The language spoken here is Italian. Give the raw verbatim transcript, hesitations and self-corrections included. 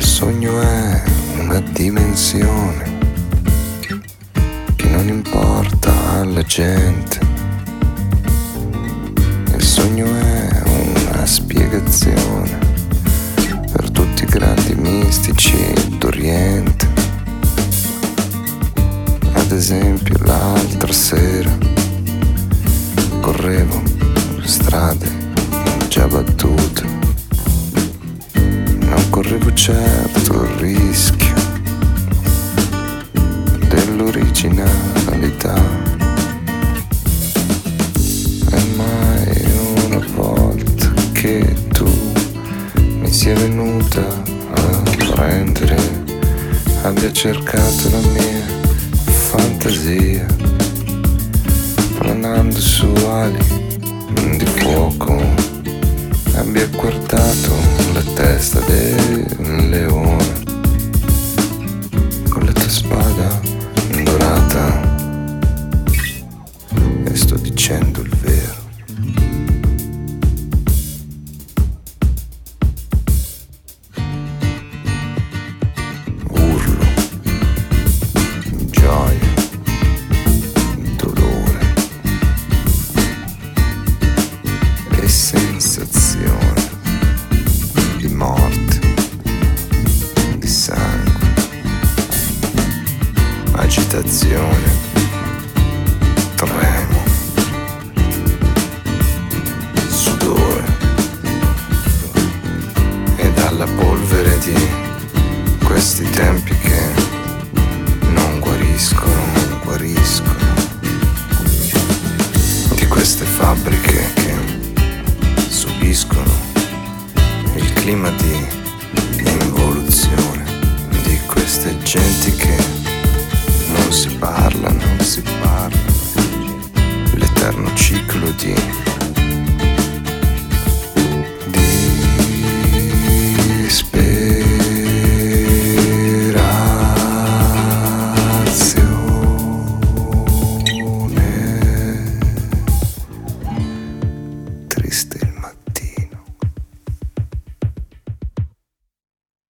sogno è una dimensione che non importa alla gente. Il sogno è una spiegazione per tutti i grandi mistici d'Oriente. Ad esempio l'altra sera correvo per strade già battute. Non correvo certo il rischio dell'originalità, e mai una volta che tu mi sia venuta a prendere, abbia cercato la mia fantasia, planando su ali di fuoco, abbia guardato la testa del leone con la tua spada dorata, e sto dicendo il vero. Urlo, gioia, dolore e sensazione di morte, di sangue, agitazione, tremo, sudore, e dalla polvere di questi tempi che non guariscono, non guariscono, di queste fabbriche che subiscono il clima di involuzione, di queste genti che non si parlano, non si parlano, l'eterno ciclo di